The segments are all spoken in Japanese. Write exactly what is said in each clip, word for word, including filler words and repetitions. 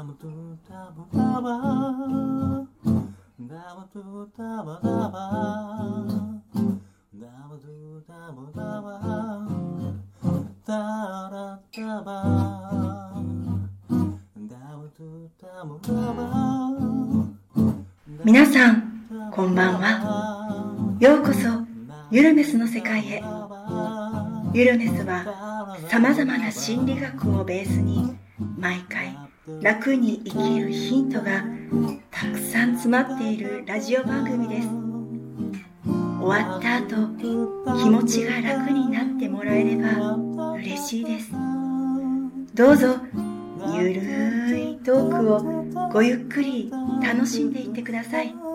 ダムトゥダムダバダムトゥダバダバダムトゥダムダバダラダバダムトゥダムダバ。 皆さんこんばんは。ようこそユルメスの世界へ。ユルメスはさまざまな心理学をベースに毎回楽に生きるヒントがたくさん詰まっているラジオ番組です。終わった後気持ちが楽になってもらえれば嬉しいです。どうぞゆるいトークをごゆっくり楽しんでいってください。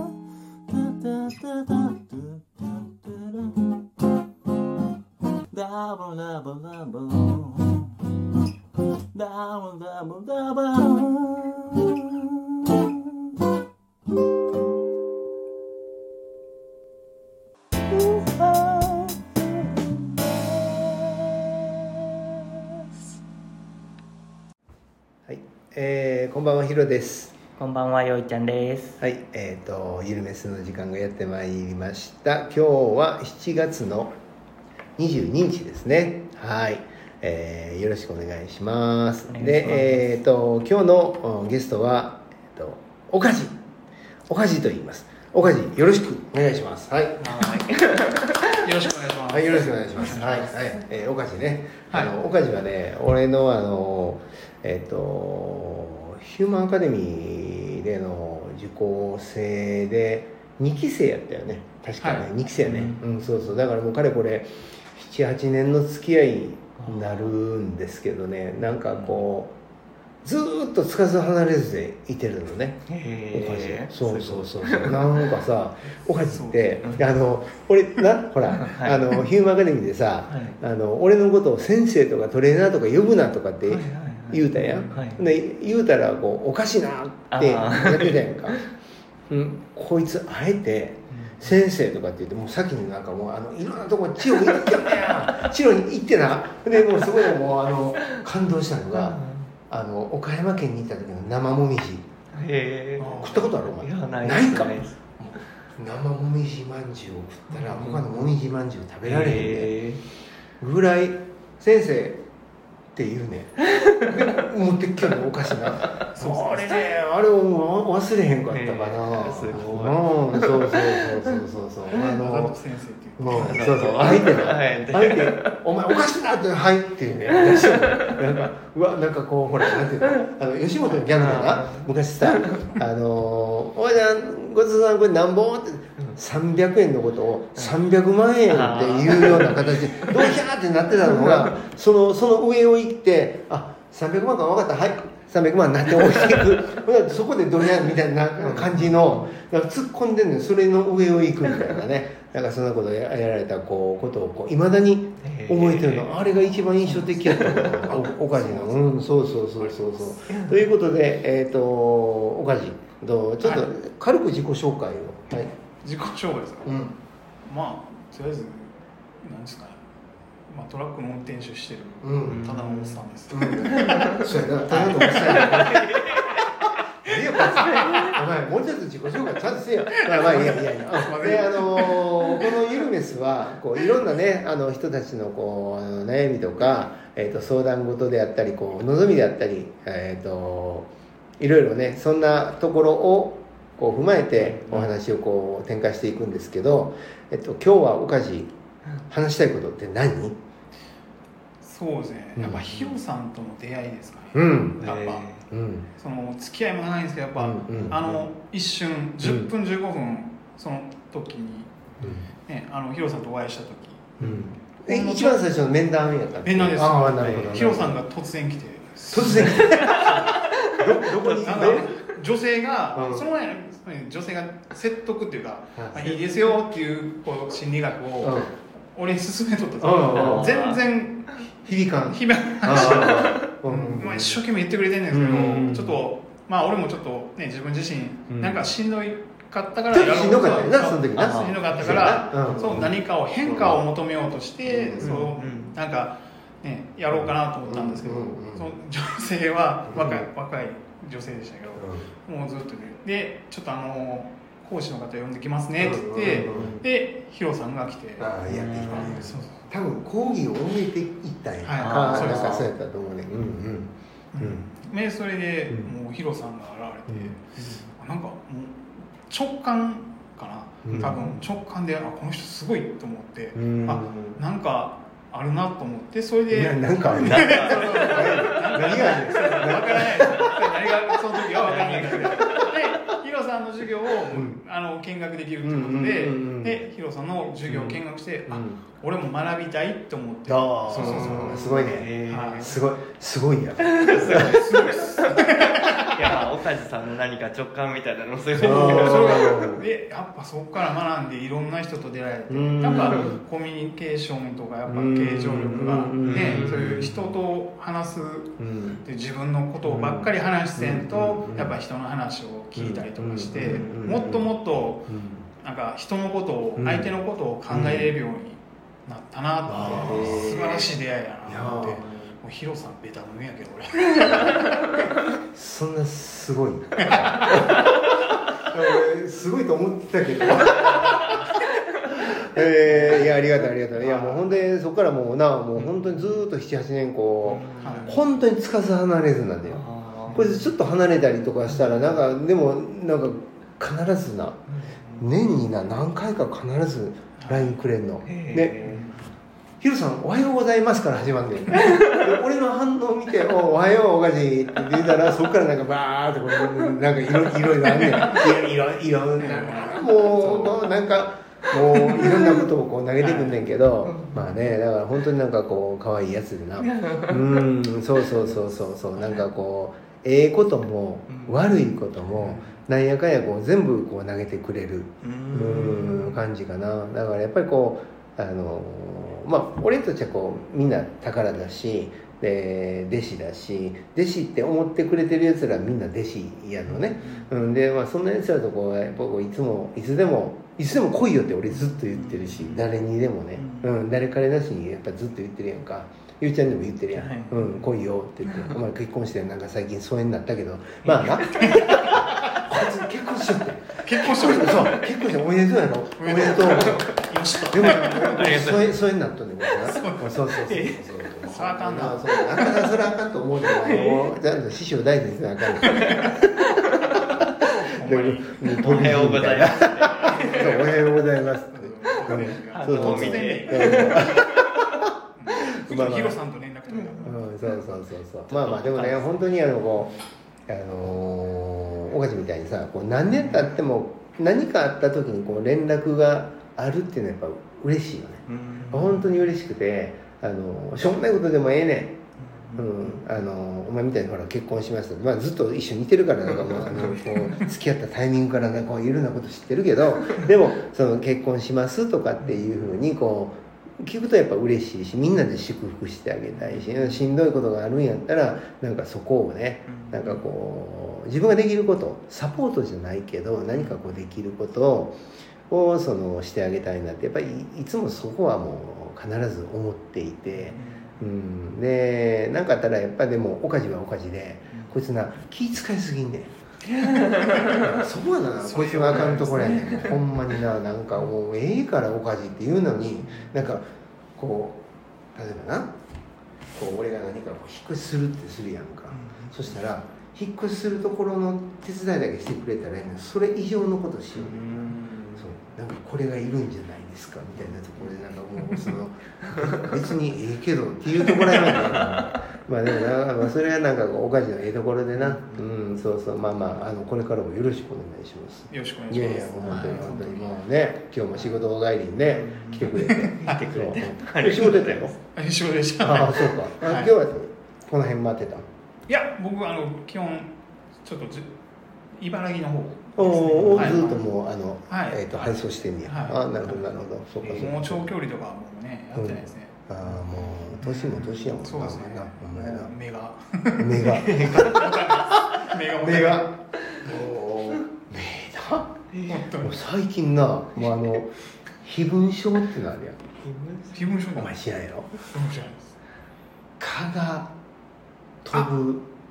ダブダブダブダブダブダブ。 はい、えー、こんばんは、ヒロです。 こんばんは、よいちゃんです。 はい、えーと、ゆるめすの時間がやってまいりました。今日はしちがつのにじゅうににちですね。はい、えー、よろしくお願いします。で、えーと、今日のゲストは、えーと、おかじ、おかじと言います。おかじ、よろしくお願いします。はい。はいよろしくお願いします。 はい、よろしくお願いします。はい、はい、えー、おかじね。はい、あの、おかじはね、俺のあの、えっと、ヒューマンアカデミーでの受講生でにきせいやったよね。確かね、はい、にきせいやね、うん。うん、そうそう。だからもうかれこれななはちねんの付き合いになるんですけどね、なんかこうずーっとつかず離れずでいてるのね。おかじ。そうそうそうそう。なんかさ、おかじってあの俺なほら、はい、あのヒューマンアカデミーでさ、はい、あの俺のことを先生とかトレーナーとか呼ぶなとかって言うたやん。はいはい、で言うたらこうおかしなってやってたやんか。うん、こいつあえて。先生とかって言ってもう先になんかもうあのいろんなとこ治療行ってよねや治療に行ってなでもうすごいもうあの感動したのがあの岡山県に行った時の生もみじ。へ食ったことあるお前？いやないないか。生もみじまんじゅうを食ったら他のもみじまんじゅう食べられへんでぐらい先生っていうね持ってきたのおかしなあれねあれを忘れへんかったかな。すごい、うん、そうそうそうそうそうそうあの先生っていうもうそうそう相手の相手お前おかしいなってはいっていうねなんかうわなんかこうほらなんていうのあの吉本のギャグだな昔さあのおいちゃんごちそうさんこれなんぼってさんびゃくえんのことをさんびゃくまんえんっていうような形でドキャーってなってたのがそのその上を行ってあさんびゃくまんか分かったはいさんびゃくまんになって置いていくそこでドキャーみたいな感じのなんか突っ込んでんのよそれの上を行くみたいなねなんかそんなことやられたこうことをいまだに覚えてるのあれが一番印象的やったのおかじのうんそうそうそうそうそうということでえっ、ー、とおかじどうちょっと軽く自己紹介をはい自己紹介ですか、うん、まあとりあえず何ですかね、まあ、トラックの運転手してる、うん、ただのおっさんです、うん、そうやなただのおっさんやいやお前もうちょっと自己紹介ちゃんとせえよまあまあいやいやいやであのー、このゆるメスはこういろんなねあの人たちのこうあの悩みとか、えー、と相談事であったりこう望みであったり、えー、といろいろねそんなところをこう踏まえてお話をこう展開していくんですけど、えっと、今日はおかじ話したいことって何？ そうですねやっぱヒロさんとの出会いですかね、 うん、 やっぱ、えーうん、その付き合いもないんですけどやっぱ、うんうん、あの一瞬じゅっぷんじゅうごふんその時に、うんね、あのヒロさんとお会いした時、 うん、え一番最初の面談やったっけ？ 面談です。 ああなるほど。 ヒロさんが突然来て突然来てど, どこになんか女性が、うん、その前に女性が説得っていうか、うん、いいですよっていうこう心理学を、うん、俺に勧めとったんですよ、うん、全然響かん響かん話を、うんまあ、一生懸命言ってくれてるんですけど、うん、ちょっとまあ俺もちょっとね自分自身、うん、なんかしんどいかったからやろうとしんどかったよなその時なしんどかったから、うん、そう何かを変化を求めようとして、うん、そう、うん、なんかね、やろうかなと思ったんですけど、うんうん、その女性は若い、うん、若い女性でしたけど、うん、もうずっとでちょっとあの講師の方呼んできますねって言って、うんうんうん、でヒロさんが来て、 ああやってきた、うん、そうそう多分講義を終えていったんや、はい、あそうですそうやったと思うね、うんうんうん、でそれで、うん、もうヒロさんが現れて、うん、なんかもう直感かな、うん、多分直感であこの人すごいと思って、うん、あなんかあるなと思ってそれでなんかあるな何があるんですか分からないです何がその時は分からないですけどでヒロさんの授業を、うん、あの見学できるということで、うんうんうん、でヒロさんの授業を見学して、うん、あ俺も学びたいと思って、うん、 そうそうそうすごいね、はい、すごいすごいやすごいですいや岡地さんの何か直感みたいなのもそういうのでやっぱそこから学んでいろんな人と出会えてやっぱコミュニケーションとかやっぱ形状力がねそういう人と話すで自分のことをばっかり話してんとやっぱ人の話を聞いたりとかしてもっともっとなんか人のことを相手のことを考えれるようになったなと思って素晴らしい出会いやなと思って。ヒロさんベタ飲みやけど俺そんなすごいすごいと思ってたけどえー、いやありがとうありがとういやもうほんでそこからもうなもう本当にずっと ななはちねんこう、うん、本当につかず離れずなんだよこれでちょっと離れたりとかしたらなんかでもなんか必ずな年にな何回か必ず ライン くれんのねヒロさんおはようございますから始まるんだよね俺の反応を見ておおはようおかしいって言ったらそこからなんかバーってこうなんかいろいろあんねんいろいろもうなんかもういろんなことをこう投げてくんねんけどまあねだから本当になんかこう可愛いやつでなうんそうそうそうそうそうなんかこうええことも悪いこともなんやかんやこう全部こう投げてくれるうん感じかなだからやっぱりこうあのまあ俺たちはこうみんな宝だしで弟子だし弟子って思ってくれてるやつらみんな弟子やのね、うん、でまあそんなやつらとこうやっぱこういつもいつでもいつでも来いよって俺ずっと言ってるし誰にでもね、うん、誰彼なしにやっぱずっと言ってるやんかゆうちゃんでも言ってるやん、はい、うん来いよって言ってお前結婚してなんか最近疎遠になったけどまあなこいつ結婚しよって結婚しよってそう結婚しておめでとうやろおめでとうでも疎遠疎遠になったんで僕なそうそうそうそうそれあかんなそれあかんと思うじゃないちゃんと師匠大事にせなあかんおはようございますおはようございますそうそうヒロさんと連絡取れたうんそうそうそうそうまあまあでもね本当にあのこうあの岡地みたいにさこう何年経っても何かあった時にこう連絡があるっていうのはやっぱ嬉しいよね本当に嬉しくてあのしょうもないことでもええねん、うん、あのお前みたいにほら結婚しました、まあ、ずっと一緒にいてるからなんかもうあのこう付き合ったタイミングからなんかこういろんなこと知ってるけどでもその結婚しますとかっていうふうにこう聞くとやっぱ嬉しいしみんなで祝福してあげたいししんどいことがあるんやったらなんかそこをねなんかこう自分ができることサポートじゃないけど何かこうできることをそのしてあげたいなってやっぱり い, いつもそこはもう必ず思っていて、うん、で何かあったらやっぱりでもおかじはおかじでこいつな気遣いすぎんねんそこはなこいつがあかんところやねんほんまにななんかもうええからおかじって言うのになんかこう例えばなこう俺が何かこう引っ越しするってするやんか、うん、そしたら引っ越しするところの手伝いだけしてくれたらそれ以上のことしよう、うん、そうなんかこれがいるんじゃないですかみたいなところでなんかもうその別にええけどっていうところやねんまあでもな、まあ、それはなんかおかしなええところでな、うん、うん、そうそうまあまああのこれからもよろしくお願いしますよろしくお願いしますいやいやもう本当に本当にもうね今日も仕事帰りにね来てくれて来てくれて仕事やったよ仕事でしたああそうか、はい、今日はこの辺待ってたいや僕あの基本ちょっとじ茨城の方おお、はい、ずっともうあの、はいえー、と配送してんねや、はい、あなるほどなるほどそうかそうかもう長距離とかもねやってないですね、 うん、ああもう年も年やもんなそうですねお前な目が目が目が目がお目だもう最近なもうあの飛蚊症ってのあるやん飛蚊症お前知らんやろ知らないです蚊が飛ぶ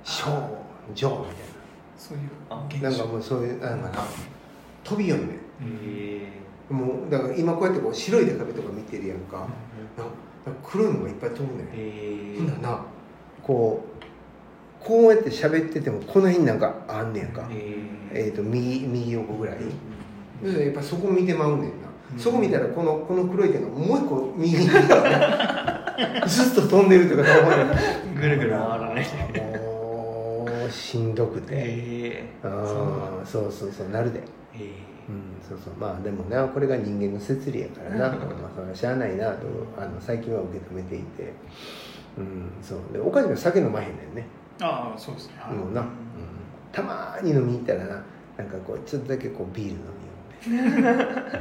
ショージョーみたいなそういうなんかもうそういうなんかな飛びよんねん。 へもうだから今こうやってこう白いデカベとか見てるやんか、なんか黒いのがいっぱい飛ぶねん。 えほんならなこうこうやって喋っててもこの辺なんかあんねやんか、えーと右右横ぐらい、うん、やっぱそこ見てまうねんな、うん、そこ見たらこのこの黒い点がもう一個右にずっと飛んでるとか思うぐるぐる回らないもうしんどくて、 えー、 あそうそうそうなるで、 えーうん、そうそうまあでもなこれが人間の摂理やからな、まあそれはしゃあないなとあの最近は受け止めていて、うん、そうでおかじが酒飲まへんねんね。 ああそうですね、はい、 もうな、うん、たまーに飲みに行ったらななんかこうちょっとだけこうビール飲みようね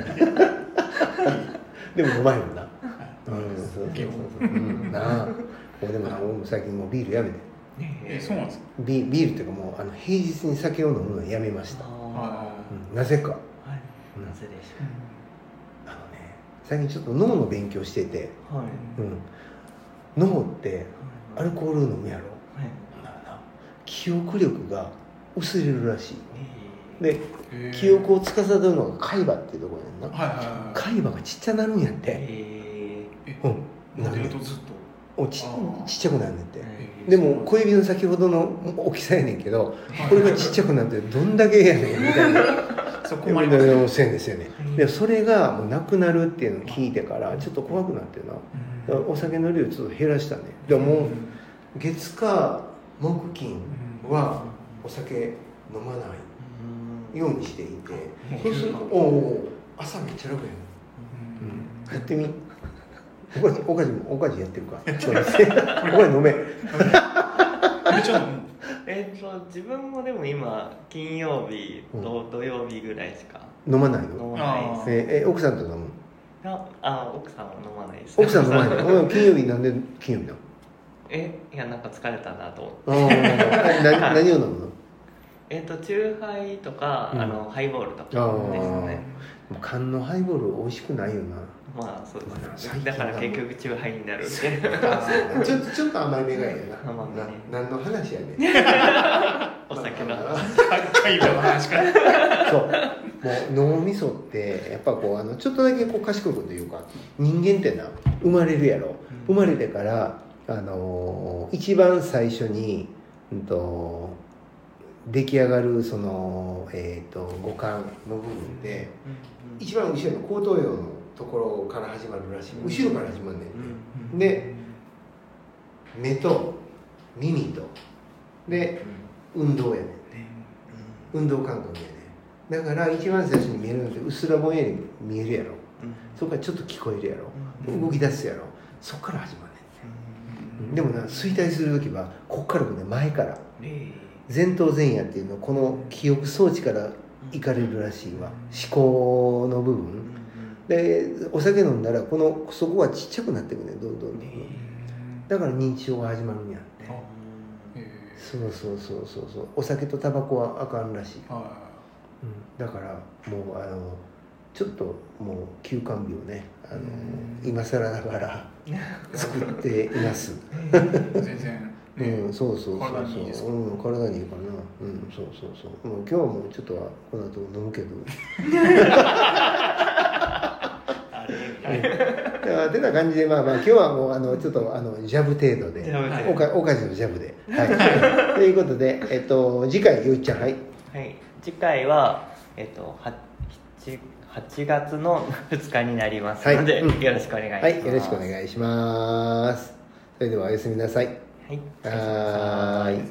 でも飲まへんもんな、うん、そうそうそうそう、うん、なあ俺でもな俺も最近もうビールやめてえそうなんですか。 ビビールっていうかもうあの平日に酒を飲むのやめました、うん、なぜか、はいうん、なぜでしょう、 あのね最近ちょっと脳の勉強してて、はいうん、脳ってアルコール飲むやろ、はい記憶力が薄れるらしいで記憶を司るのが海馬っていうところやんな、はいはいはい、海馬がちっちゃなるんやって、えー、うんなんでずっとお ち, ちっちゃくなるんねんて、でも小指の先ほどの大きさやねんけどこれがちっちゃくなってどんだけやねんみたいなそこまでのせいですよね。でそれがもうなくなるっていうのを聞いてからちょっと怖くなってるな、だからお酒の量ちょっと減らしたね。でももう月火木金はお酒飲まないようにしていて、そうするとおお朝めっちゃ楽やな、うん、やってみおかじおかじもおかじやってるかそうですおかじ飲めえっと自分もでも今金曜日と土曜日ぐらいしか飲まないの。 飲まないです。 えー、奥さんと飲む？ ああ奥さんは飲まないです。 奥さん飲まないの金曜日なんで金曜日なの？ えいやなんか疲れたなと思って何, 何を飲むの？ えっとチューハイとか、うん、あのハイボールとかですね。 缶のハイボール美味しくないよな。 まあそうですね。だから結局チューハイになるんでちょっとちょっと甘いめがいいよな。甘めね。何の話やねんお酒の話ハイボールの話かそうもう脳みそってやっぱこうあのちょっとだけこう賢いこと言うか人間ってな生まれるやろ、うん、生まれてからあのー、一番最初に、うん、と出来上がるその、えー、と五感の部分で、うん、一番後ろの後頭葉のところから始まるらしい、後ろから始まるねんね、うん、で目と耳とで運動やねんね、運動感覚やねん。だから一番最初に見えるのってうっすらぼんやり見えるやろ、そこからちょっと聞こえるやろ、動き出すやろ、そこから始まる。でもな衰退する時はこっからね前から前頭前野っていうのこの記憶装置からいかれるらしいわ、思考の部分でお酒飲んだらこのそこがちっちゃくなってくねどんどんどんどんだから認知症が始まるんやって。そうそうそうそうそうお酒とタバコはあかんらしい、うん、だからもうあのちょっともう休肝日をねあの今更ながら作っています全然、ね、 うん、そうそうそうそう体にいいですか、 うん、体にいいかな、うん、そうそうそうもう今日はもうちょっとはこの後飲むけどてな感じでまあまあ今日はもうあのちょっとあのジャブ程度でおかおかじのジャブで、はい、ということでえっと次回ゆうちゃんはい、 はい、次回はえっとはちがつのふつかになりますので、はい、よろしくお願いします。 はい、よろしくお願いします。それではおやすみなさい。はい、 はーい。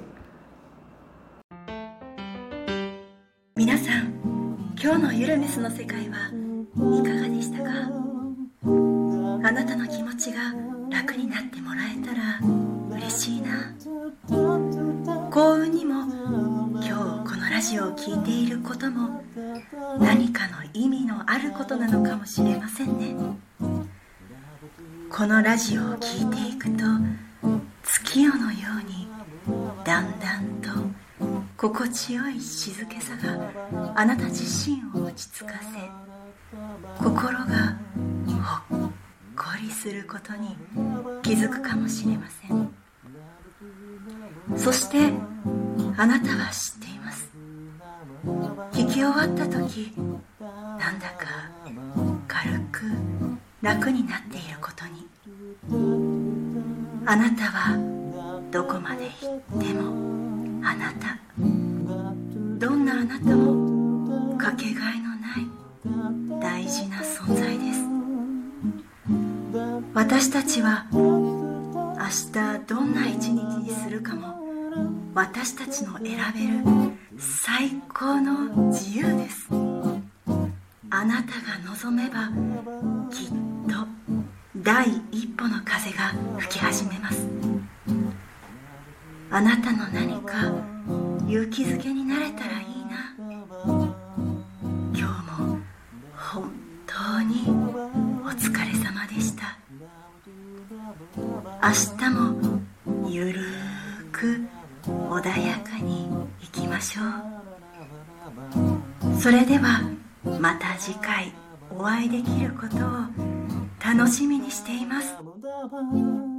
皆さん、今日のゆるメスの世界はいかがでしたか？あなたの気持ちが楽になってもらえたら嬉しいな。幸運にも今日このラジオを聞いていることも何かの意味のあることなのかもしれませんね。このラジオを聞いていくと月夜のようにだんだんと心地よい静けさがあなた自身を落ち着かせ心がほっこりすることに気づくかもしれません。 そしてあなたは知っています。聞き終わった時、なんだか軽く楽になっていることに。あなたはどこまで行ってもあなた。どんなあなたもかけがえのない大事な存在です。私たちは明日どんな一日にするかも私たちの選べる最高の自由です。あなたが望めばきっと第一歩の風が吹き始めます。あなたの何か勇気づけになれたらいいな。今日も本当にお疲れ様でした。明日もゆるーく穏やかにいきましょう。それではまた次回お会いできることを楽しみにしています。